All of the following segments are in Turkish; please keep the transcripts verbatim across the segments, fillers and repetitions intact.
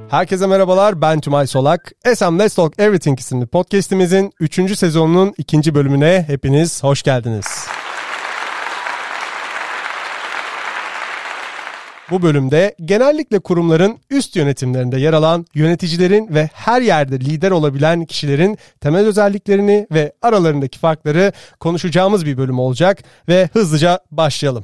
Herkese merhabalar, ben Tümay Solak. S M Let's Talk Everything isimli podcastimizin üçüncü sezonunun ikinci bölümüne hepiniz hoş geldiniz. Bu bölümde genellikle kurumların üst yönetimlerinde yer alan yöneticilerin ve her yerde lider olabilen kişilerin temel özelliklerini ve aralarındaki farkları konuşacağımız bir bölüm olacak ve hızlıca başlayalım.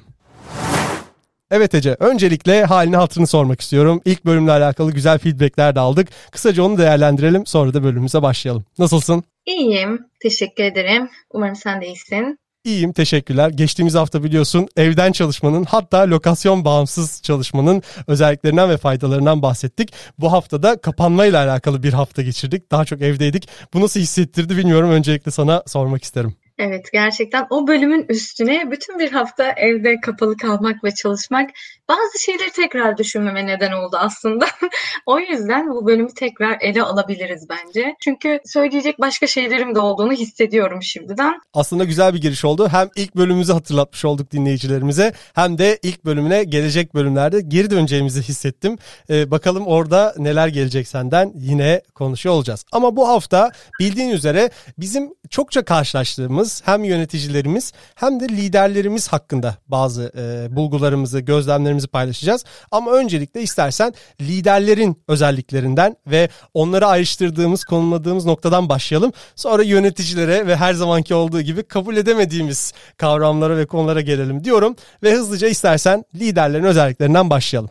Evet Ece, öncelikle halini hatırını sormak istiyorum. İlk bölümle alakalı güzel feedbackler de aldık. Kısaca onu değerlendirelim, sonra da bölümümüze başlayalım. Nasılsın? İyiyim, teşekkür ederim. Umarım sen de iyisin. İyiyim, teşekkürler. Geçtiğimiz hafta biliyorsun evden çalışmanın, hatta lokasyon bağımsız çalışmanın özelliklerinden ve faydalarından bahsettik. Bu hafta da kapanmayla alakalı bir hafta geçirdik. Daha çok evdeydik. Bu nasıl hissettirdi bilmiyorum. Öncelikle sana sormak isterim. Evet, gerçekten o bölümün üstüne bütün bir hafta evde kapalı kalmak ve çalışmak bazı şeyleri tekrar düşünmeme neden oldu aslında. O yüzden bu bölümü tekrar ele alabiliriz bence. Çünkü söyleyecek başka şeylerim de olduğunu hissediyorum şimdiden. Aslında güzel bir giriş oldu. Hem ilk bölümümüzü hatırlatmış olduk dinleyicilerimize, hem de ilk bölümüne gelecek bölümlerde geri döneceğimizi hissettim. Ee, bakalım orada neler gelecek senden, yine konuşuyor olacağız. Ama bu hafta bildiğin üzere bizim çokça karşılaştığımız hem yöneticilerimiz hem de liderlerimiz hakkında bazı e, bulgularımızı, gözlemlerimizi paylaşacağız. Ama öncelikle istersen liderlerin özelliklerinden ve onları ayrıştırdığımız, konumladığımız noktadan başlayalım. Sonra yöneticilere ve her zamanki olduğu gibi kabul edemediğimiz kavramlara ve konulara gelelim diyorum. Ve hızlıca istersen liderlerin özelliklerinden başlayalım.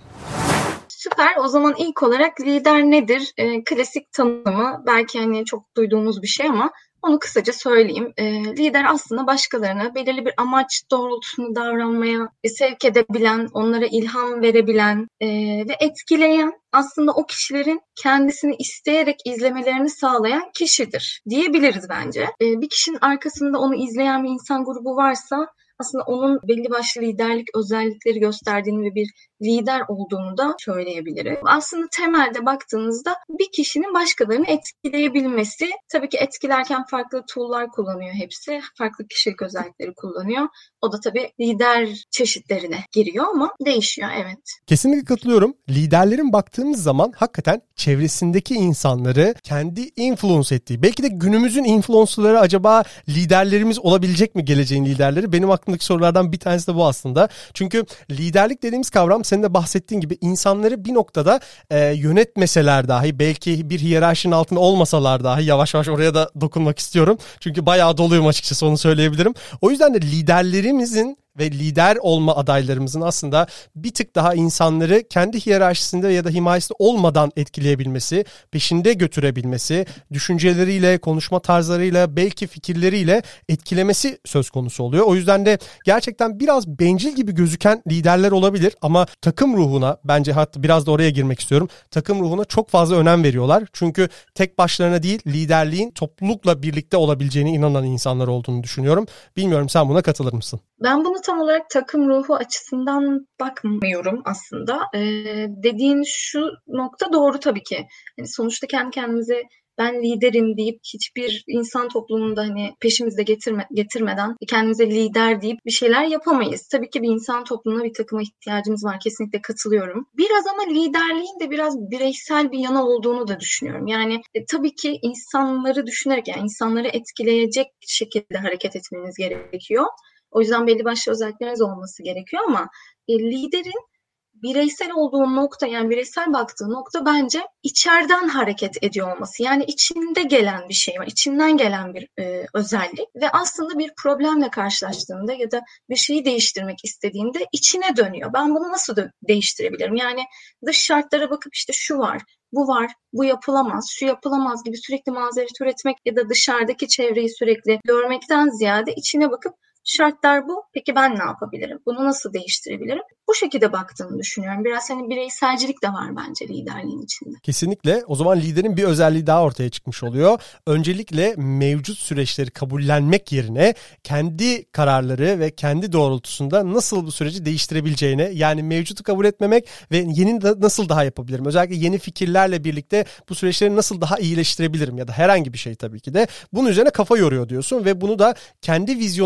Süper. O zaman ilk olarak lider nedir? E, klasik tanımı belki hani çok duyduğumuz bir şey ama onu kısaca söyleyeyim. E, lider aslında başkalarına belirli bir amaç doğrultusunda davranmaya sevk edebilen, onlara ilham verebilen e, ve etkileyen, aslında o kişilerin kendisini isteyerek izlemelerini sağlayan kişidir diyebiliriz bence. E, bir kişinin arkasında onu izleyen bir insan grubu varsa aslında onun belli başlı liderlik özellikleri gösterdiğini ve bir lider olduğunu da söyleyebilirim. Aslında temelde baktığınızda bir kişinin başkalarını etkileyebilmesi, tabii ki etkilerken farklı tool'lar kullanıyor hepsi, farklı kişilik özellikleri kullanıyor. O da tabii lider çeşitlerine giriyor ama değişiyor, evet. Kesinlikle katılıyorum. Liderlerin baktığımız zaman hakikaten çevresindeki insanları kendi influence ettiği, belki de günümüzün influencerları acaba liderlerimiz olabilecek mi, geleceğin liderleri? Benim aklımdaki sorulardan bir tanesi de bu aslında. Çünkü liderlik dediğimiz kavram, senin de bahsettiğin gibi, insanları bir noktada e, yönetmeseler dahi, belki bir hiyerarşinin altında olmasalar dahi, yavaş yavaş oraya da dokunmak istiyorum. Çünkü bayağı doluyum açıkçası, onu söyleyebilirim. O yüzden de liderlerimizin ve lider olma adaylarımızın aslında bir tık daha insanları kendi hiyerarşisinde ya da himayesinde olmadan etkileyebilmesi, peşinde götürebilmesi, düşünceleriyle, konuşma tarzlarıyla, belki fikirleriyle etkilemesi söz konusu oluyor. O yüzden de gerçekten biraz bencil gibi gözüken liderler olabilir ama takım ruhuna, bence hatta biraz da oraya girmek istiyorum, takım ruhuna çok fazla önem veriyorlar. Çünkü tek başlarına değil, liderliğin toplulukla birlikte olabileceğine inanan insanlar olduğunu düşünüyorum. Bilmiyorum, sen buna katılır mısın? Ben bunu tam olarak takım ruhu açısından bakmıyorum aslında. Ee, dediğin şu nokta doğru tabii ki. Yani sonuçta kendi kendimize ben liderim deyip hiçbir insan toplumunda hani peşimizde getirme, getirmeden kendimize lider deyip bir şeyler yapamayız. Tabii ki bir insan toplumuna, bir takıma ihtiyacımız var. Kesinlikle katılıyorum. Biraz ama liderliğin de biraz bireysel bir yana olduğunu da düşünüyorum. Yani e, tabii ki insanları düşünerek, yani insanları etkileyecek şekilde hareket etmeniz gerekiyor. O yüzden belli başlı özellikleriniz olması gerekiyor ama e, liderin bireysel olduğu nokta, yani bireysel baktığı nokta bence içeriden hareket ediyor olması. Yani içinde gelen bir şey var, içinden gelen bir e, özellik ve aslında bir problemle karşılaştığında ya da bir şeyi değiştirmek istediğinde içine dönüyor. Ben bunu nasıl de- değiştirebilirim? Yani dış şartlara bakıp işte şu var, bu var, bu yapılamaz, şu yapılamaz gibi sürekli mazeret üretmek ya da dışarıdaki çevreyi sürekli görmekten ziyade içine bakıp şartlar bu. Peki ben ne yapabilirim? Bunu nasıl değiştirebilirim? Bu şekilde baktığını düşünüyorum. Biraz hani bireyselcilik de var bence liderliğin içinde. Kesinlikle. O zaman liderin bir özelliği daha ortaya çıkmış oluyor. Öncelikle mevcut süreçleri kabullenmek yerine kendi kararları ve kendi doğrultusunda nasıl bu süreci değiştirebileceğine, yani mevcutu kabul etmemek ve yeni nasıl daha yapabilirim? Özellikle yeni fikirlerle birlikte bu süreçleri nasıl daha iyileştirebilirim ya da herhangi bir şey tabii ki de. Bunun üzerine kafa yoruyor diyorsun ve bunu da kendi vizyonu ve misyonu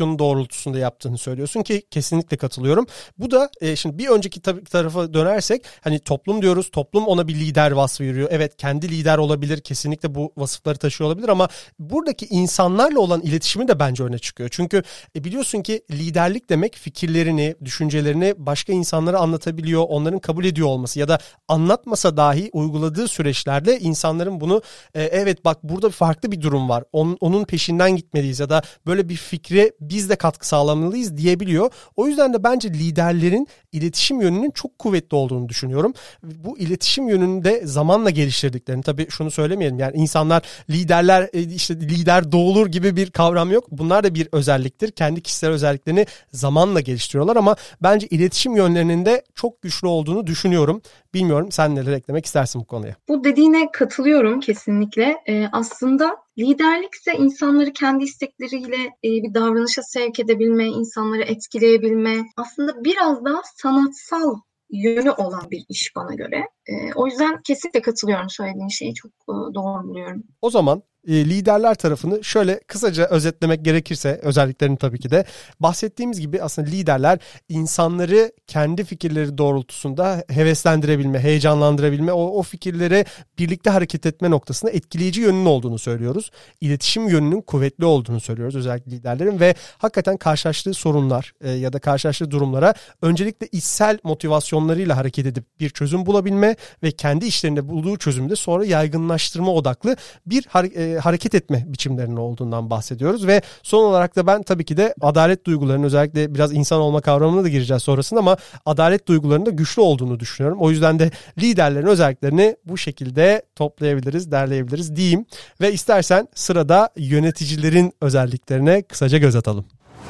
misyonu doğrultusunda yaptığını söylüyorsun ki kesinlikle katılıyorum. Bu da e, şimdi bir önceki tab- tarafa dönersek hani toplum diyoruz. Toplum ona bir lider vasfı veriyor. Evet, kendi lider olabilir. Kesinlikle bu vasıfları taşıyor olabilir ama buradaki insanlarla olan iletişimi de bence öne çıkıyor. Çünkü e, biliyorsun ki liderlik demek fikirlerini, düşüncelerini başka insanlara anlatabiliyor, onların kabul ediyor olması ya da anlatmasa dahi uyguladığı süreçlerde insanların bunu e, evet bak burada farklı bir durum var. Onun, onun peşinden gitmeliyiz ya da böyle bir fikre biz de katkı sağlamalıyız diyebiliyor. O yüzden de bence liderlerin iletişim yönünün çok kuvvetli olduğunu düşünüyorum. Bu iletişim yönünde zamanla geliştirdiklerini, tabii şunu söylemeyelim yani insanlar liderler işte lider doğulur gibi bir kavram yok. Bunlar da bir özelliktir. Kendi kişisel özelliklerini zamanla geliştiriyorlar ama bence iletişim yönlerinin de çok güçlü olduğunu düşünüyorum. Bilmiyorum, sen neler eklemek istersin bu konuya? Bu dediğine katılıyorum kesinlikle. Ee, aslında liderlik ise insanları kendi istekleriyle e, bir davranışa sevk edebilme, insanları etkileyebilme, aslında biraz daha sanatsal yönü olan bir iş bana göre. E, o yüzden kesinlikle katılıyorum, söylediğin şeyi çok e, doğru buluyorum. O zaman e, liderler tarafını şöyle kısaca özetlemek gerekirse, özelliklerini tabii ki de bahsettiğimiz gibi aslında liderler insanları kendi fikirleri doğrultusunda heveslendirebilme, heyecanlandırabilme, o, o fikirlere birlikte hareket etme noktasında etkileyici yönünün olduğunu söylüyoruz. İletişim yönünün kuvvetli olduğunu söylüyoruz özellikle liderlerin ve hakikaten karşılaştığı sorunlar e, ya da karşılaştığı durumlara öncelikle içsel motivasyonlarıyla hareket edip bir çözüm bulabilme ve kendi işlerinde bulduğu çözümü de sonra yaygınlaştırma odaklı bir hare- e, hareket etme biçimlerinin olduğundan bahsediyoruz ve son olarak da ben tabii ki de adalet duygularının, özellikle biraz insan olma kavramına da gireceğiz sonrasında ama adalet duygularının da güçlü olduğunu düşünüyorum. O yüzden de liderlerin özelliklerini bu şekilde toplayabiliriz, derleyebiliriz diyeyim ve istersen sırada yöneticilerin özelliklerine kısaca göz atalım.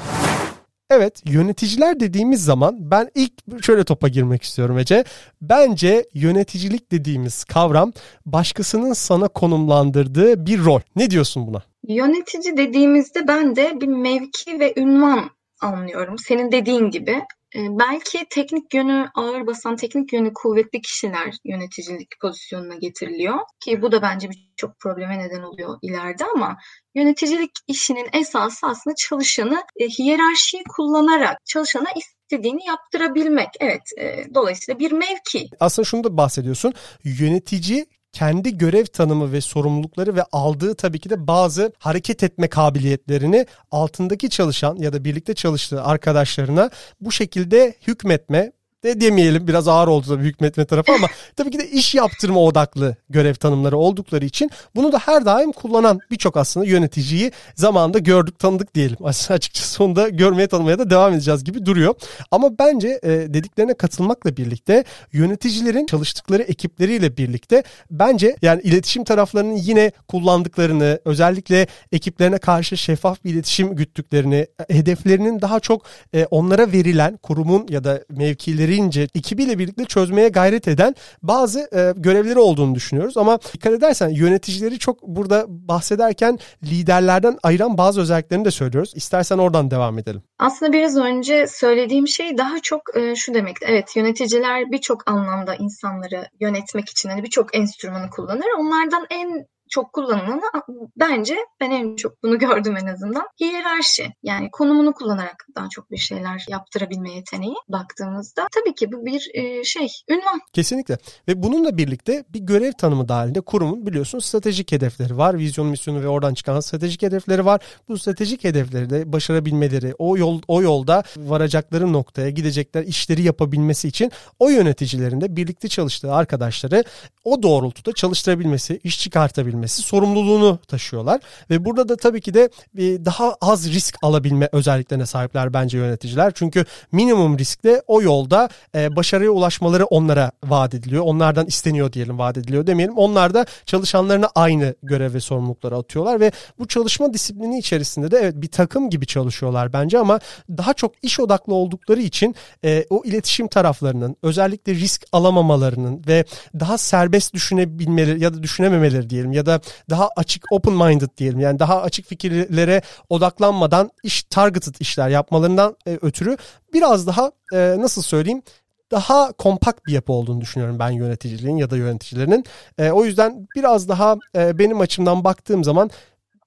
Evet, yöneticiler dediğimiz zaman ben ilk şöyle topa girmek istiyorum Ece. Bence yöneticilik dediğimiz kavram başkasının sana konumlandırdığı bir rol. Ne diyorsun buna? Yönetici dediğimizde ben de bir mevki ve ünvan anlıyorum. Senin dediğin gibi. Ee, belki teknik yönü ağır basan, teknik yönü kuvvetli kişiler yöneticilik pozisyonuna getiriliyor. Ki bu da bence birçok probleme neden oluyor ileride ama yöneticilik işinin esası aslında çalışanı e, hiyerarşiyi kullanarak çalışana istediğini yaptırabilmek. Evet, e, dolayısıyla bir mevki. Aslında şunu da bahsediyorsun. Yönetici kendi görev tanımı ve sorumlulukları ve aldığı tabii ki de bazı hareket etme kabiliyetlerini altındaki çalışan ya da birlikte çalıştığı arkadaşlarına bu şekilde hükmetme de demeyelim, biraz ağır oldu tabii hükmetme tarafı ama tabii ki de iş yaptırma odaklı görev tanımları oldukları için bunu da her daim kullanan birçok aslında yöneticiyi zamanında gördük, tanıdık diyelim. Aslında açıkçası onu da görmeye tanımaya da devam edeceğiz gibi duruyor. Ama bence e, dediklerine katılmakla birlikte yöneticilerin çalıştıkları ekipleriyle birlikte bence yani iletişim taraflarının yine kullandıklarını, özellikle ekiplerine karşı şeffaf bir iletişim güttüklerini, hedeflerinin daha çok e, onlara verilen kurumun ya da mevkileri ekibiyle birlikte çözmeye gayret eden bazı e, görevleri olduğunu düşünüyoruz. Ama dikkat edersen yöneticileri çok burada bahsederken liderlerden ayıran bazı özelliklerini de söylüyoruz. İstersen oradan devam edelim. Aslında biraz önce söylediğim şey daha çok e, şu demekti. Evet, yöneticiler birçok anlamda insanları yönetmek için hani birçok enstrümanı kullanır. Onlardan en çok kullanılanı bence, ben en çok bunu gördüm en azından, hiyerarşi. Yani konumunu kullanarak daha çok bir şeyler yaptırabilme yeteneği baktığımızda. Tabii ki bu bir e, şey, ünvan. Kesinlikle. Ve bununla birlikte bir görev tanımı dahilinde kurumun biliyorsun stratejik hedefleri var. Vizyon, misyonu ve oradan çıkan stratejik hedefleri var. Bu stratejik hedefleri de başarabilmeleri, o yol o yolda varacakları noktaya gidecekler işleri yapabilmesi için o yöneticilerin de birlikte çalıştığı arkadaşları o doğrultuda çalıştırabilmesi, iş çıkartabilmesi sorumluluğunu taşıyorlar ve burada da tabii ki de daha az risk alabilme özelliklerine sahipler bence yöneticiler. Çünkü minimum riskle o yolda başarıya ulaşmaları onlara vaat ediliyor. Onlardan isteniyor diyelim, vaat ediliyor demeyelim. Onlar da çalışanlarına aynı görev ve sorumlulukları atıyorlar ve bu çalışma disiplini içerisinde de evet bir takım gibi çalışıyorlar bence ama daha çok iş odaklı oldukları için o iletişim taraflarının, özellikle risk alamamalarının ve daha serbest düşünebilmeleri ya da düşünememeleri diyelim ya da daha açık, open minded diyelim, yani daha açık fikirlere odaklanmadan iş targeted işler yapmalarından e, ötürü biraz daha e, nasıl söyleyeyim, daha kompakt bir yapı olduğunu düşünüyorum ben yöneticiliğin ya da yöneticilerinin. E, o yüzden biraz daha e, benim açımdan baktığım zaman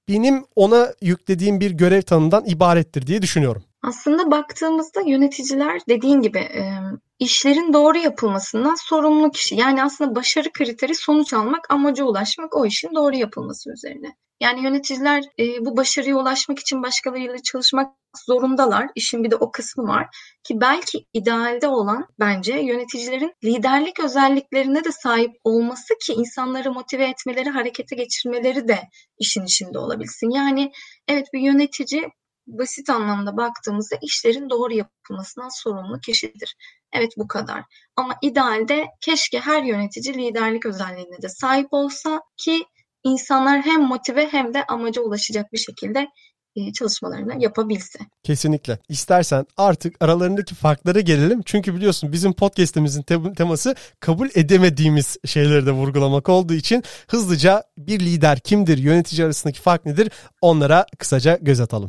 benim ona yüklediğim bir görev tanımından ibarettir diye düşünüyorum. Aslında baktığımızda yöneticiler dediğin gibi e, işlerin doğru yapılmasından sorumlu kişi. Yani aslında başarı kriteri sonuç almak, amaca ulaşmak, o işin doğru yapılması üzerine. Yani yöneticiler e, bu başarıya ulaşmak için başkalarıyla çalışmak zorundalar. İşin bir de o kısmı var ki belki idealde olan bence yöneticilerin liderlik özelliklerine de sahip olması ki insanları motive etmeleri, harekete geçirmeleri de işin içinde olabilsin. Yani evet, bir yönetici basit anlamda baktığımızda işlerin doğru yapılmasından sorumlu kişidir. Evet, bu kadar. Ama idealde keşke her yönetici liderlik özelliğine de sahip olsa ki insanlar hem motive hem de amaca ulaşacak bir şekilde çalışmalarını yapabilse. Kesinlikle. İstersen artık aralarındaki farklara gelelim. Çünkü biliyorsun bizim podcast'imizin te- teması kabul edemediğimiz şeyleri de vurgulamak olduğu için hızlıca bir lider kimdir, yönetici arasındaki fark nedir, onlara kısaca göz atalım.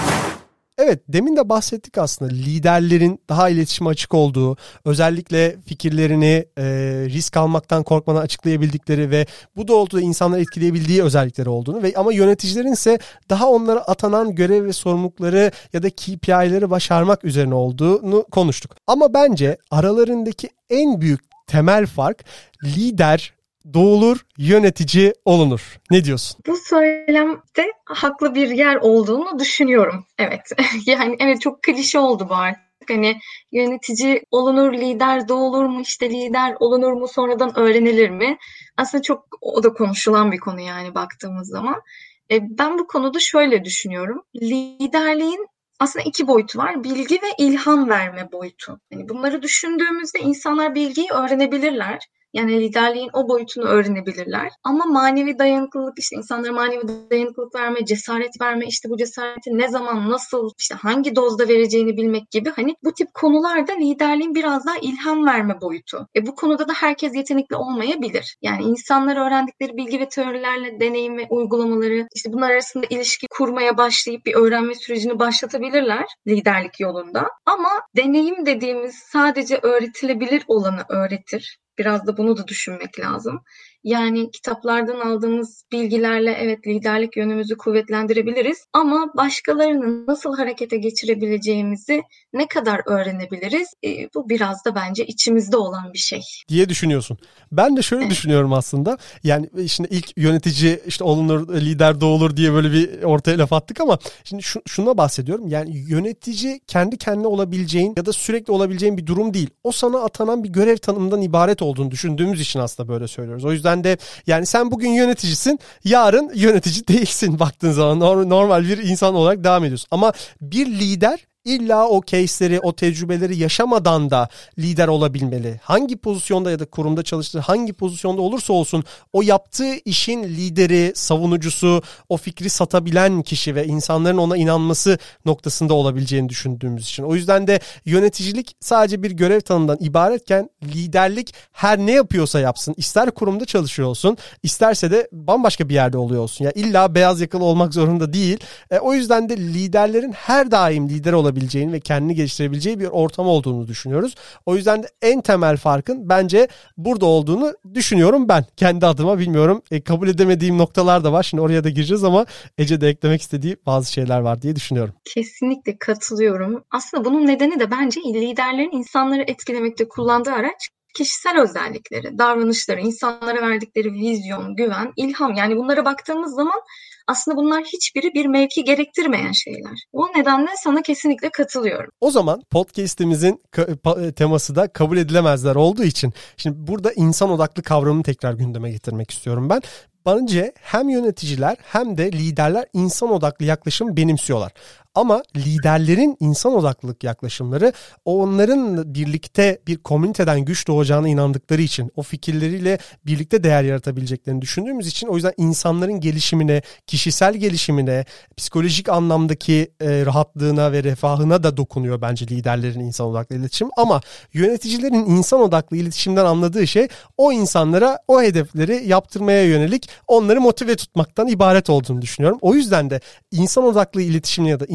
Evet, demin de bahsettik aslında liderlerin daha iletişime açık olduğu, özellikle fikirlerini e, risk almaktan korkmadan açıklayabildikleri ve bu doğrultuda insanları etkileyebildiği özellikleri olduğunu ve ama yöneticilerin ise daha onlara atanan görev ve sorumlulukları ya da K P I'leri başarmak üzerine olduğunu konuştuk. Ama bence aralarındaki en büyük temel fark lider doğulur, yönetici olunur. Ne diyorsun? Bu söylemde haklı bir yer olduğunu düşünüyorum. Evet. Yani evet, çok klişe oldu bu artık. Hani yönetici olunur, lider doğulur mu, işte lider olunur mu, sonradan öğrenilir mi? Aslında çok o da konuşulan bir konu yani baktığımız zaman. Ben bu konuda şöyle düşünüyorum. Liderliğin aslında iki boyutu var. Bilgi ve ilham verme boyutu. Yani bunları düşündüğümüzde insanlar bilgiyi öğrenebilirler. Yani liderliğin o boyutunu öğrenebilirler. Ama manevi dayanıklılık, işte insanlara manevi dayanıklılık verme, cesaret verme, işte bu cesareti ne zaman, nasıl, işte hangi dozda vereceğini bilmek gibi hani bu tip konularda liderliğin biraz daha ilham verme boyutu. E bu konuda da herkes yetenekli olmayabilir. Yani insanlar öğrendikleri bilgi ve teorilerle deneyim ve uygulamaları, işte bunlar arasında ilişki kurmaya başlayıp bir öğrenme sürecini başlatabilirler liderlik yolunda. Ama deneyim dediğimiz sadece öğretilebilir olanı öğretir. Biraz da bunu da düşünmek lazım. Yani kitaplardan aldığımız bilgilerle evet liderlik yönümüzü kuvvetlendirebiliriz ama başkalarını nasıl harekete geçirebileceğimizi ne kadar öğrenebiliriz? E, bu biraz da bence içimizde olan bir şey diye düşünüyorsun. Ben de şöyle evet. düşünüyorum aslında. Yani şimdi ilk yönetici işte olunur, lider doğulur diye böyle bir ortaya laf attık ama şimdi şu, şuna bahsediyorum. Yani yönetici kendi kendine olabileceğin ya da sürekli olabileceğin bir durum değil. O sana atanan bir görev tanımından ibaret olduğunu düşündüğümüz için aslında böyle söylüyoruz. O yüzden de yani sen bugün yöneticisin, yarın yönetici değilsin baktığın zaman normal bir insan olarak devam ediyorsun. Ama bir lider İlla o case'leri, o tecrübeleri yaşamadan da lider olabilmeli. Hangi pozisyonda ya da kurumda çalıştığı hangi pozisyonda olursa olsun o yaptığı işin lideri, savunucusu, o fikri satabilen kişi ve insanların ona inanması noktasında olabileceğini düşündüğümüz için. O yüzden de yöneticilik sadece bir görev tanımından ibaretken liderlik her ne yapıyorsa yapsın, ister kurumda çalışıyor olsun, isterse de bambaşka bir yerde oluyor olsun. Ya illa beyaz yakalı olmak zorunda değil. E, o yüzden de liderlerin her daim lider olabileceğini ve kendini geliştirebileceği bir ortam olduğunu düşünüyoruz. O yüzden de en temel farkın bence burada olduğunu düşünüyorum ben. Kendi adıma bilmiyorum. E, kabul edemediğim noktalar da var. Şimdi oraya da gireceğiz ama Ece de eklemek istediği bazı şeyler var diye düşünüyorum. Kesinlikle katılıyorum. Aslında bunun nedeni de bence liderlerin insanları etkilemekte kullandığı araç kişisel özellikleri, davranışları, insanlara verdikleri vizyon, güven, ilham. Yani bunlara baktığımız zaman aslında bunlar hiçbiri bir mevki gerektirmeyen şeyler. O nedenle sana kesinlikle katılıyorum. O zaman podcast'imizin teması da kabul edilemezler olduğu için şimdi burada insan odaklı kavramını tekrar gündeme getirmek istiyorum ben. Bence hem yöneticiler hem de liderler insan odaklı yaklaşım benimsiyorlar. Ama liderlerin insan odaklılık yaklaşımları onların birlikte bir komüniteden güç doğacağına inandıkları için, o fikirleriyle birlikte değer yaratabileceklerini düşündüğümüz için o yüzden insanların gelişimine, kişisel gelişimine, psikolojik anlamdaki e, rahatlığına ve refahına da dokunuyor bence liderlerin insan odaklı iletişim. Ama yöneticilerin insan odaklı iletişimden anladığı şey o insanlara o hedefleri yaptırmaya yönelik onları motive tutmaktan ibaret olduğunu düşünüyorum. O yüzden de insan odaklı iletişimle ya da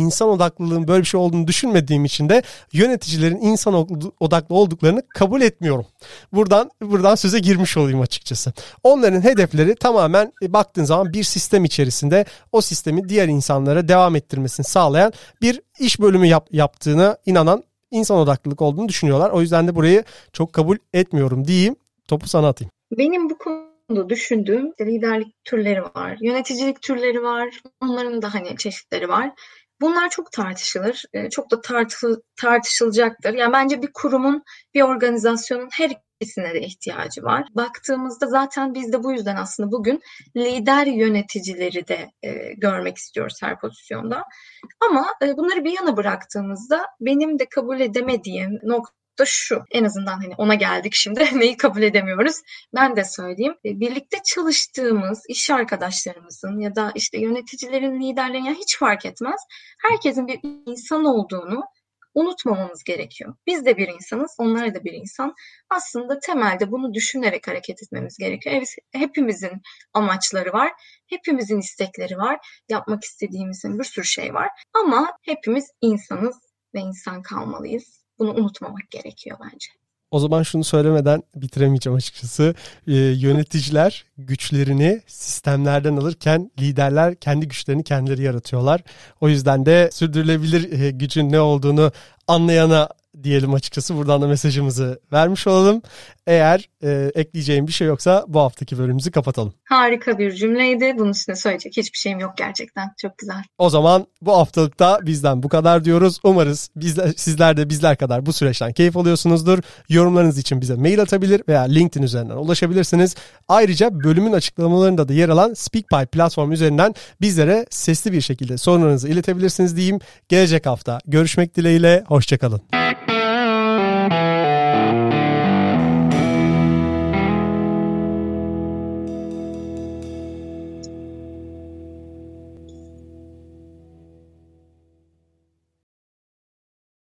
insan odaklılığın böyle bir şey olduğunu düşünmediğim için de yöneticilerin insan odaklı olduklarını kabul etmiyorum. Buradan buradan söze girmiş olayım açıkçası. Onların hedefleri tamamen e, baktığın zaman bir sistem içerisinde o sistemi diğer insanlara devam ettirmesini sağlayan bir iş bölümü yap, yaptığına inanan insan odaklılık olduğunu düşünüyorlar. O yüzden de burayı çok kabul etmiyorum diyeyim. Topu sana atayım. Benim bu konuda düşündüğüm liderlik türleri var, yöneticilik türleri var. Onların da hani çeşitleri var. Bunlar çok tartışılır, çok da tartı, tartışılacaktır. Yani bence bir kurumun, bir organizasyonun her ikisine de ihtiyacı var. Baktığımızda zaten biz de bu yüzden aslında bugün lider yöneticileri de e, görmek istiyoruz her pozisyonda. Ama e, bunları bir yana bıraktığımızda benim de kabul edemediğim nokta da şu, en azından hani ona geldik şimdi, neyi kabul edemiyoruz ben de söyleyeyim. Birlikte çalıştığımız iş arkadaşlarımızın ya da işte yöneticilerin, liderlerin, ya hiç fark etmez, herkesin bir insan olduğunu unutmamamız gerekiyor. Biz de bir insanız, onlar da bir insan. Aslında temelde bunu düşünerek hareket etmemiz gerekiyor. Evet, hepimizin amaçları var, hepimizin istekleri var, yapmak istediğimizin bir sürü şey var. Ama hepimiz insanız ve insan kalmalıyız. Bunu unutmamak gerekiyor bence. O zaman şunu söylemeden bitiremeyeceğim açıkçası. Ee, yöneticiler güçlerini sistemlerden alırken liderler kendi güçlerini kendileri yaratıyorlar. O yüzden de sürdürülebilir e, gücün ne olduğunu anlayana diyelim açıkçası. Buradan da mesajımızı vermiş olalım. Eğer e, ekleyeceğim bir şey yoksa bu haftaki bölümümüzü kapatalım. Harika bir cümleydi. Bunun üstüne söyleyecek hiçbir şeyim yok gerçekten. Çok güzel. O zaman bu haftalıkta bizden bu kadar diyoruz. Umarız bizler, sizler de bizler kadar bu süreçten keyif alıyorsunuzdur. Yorumlarınız için bize mail atabilir veya LinkedIn üzerinden ulaşabilirsiniz. Ayrıca bölümün açıklamalarında da yer alan SpeakPipe platformu üzerinden bizlere sesli bir şekilde sorunlarınızı iletebilirsiniz diyeyim. Gelecek hafta görüşmek dileğiyle. Hoşçakalın.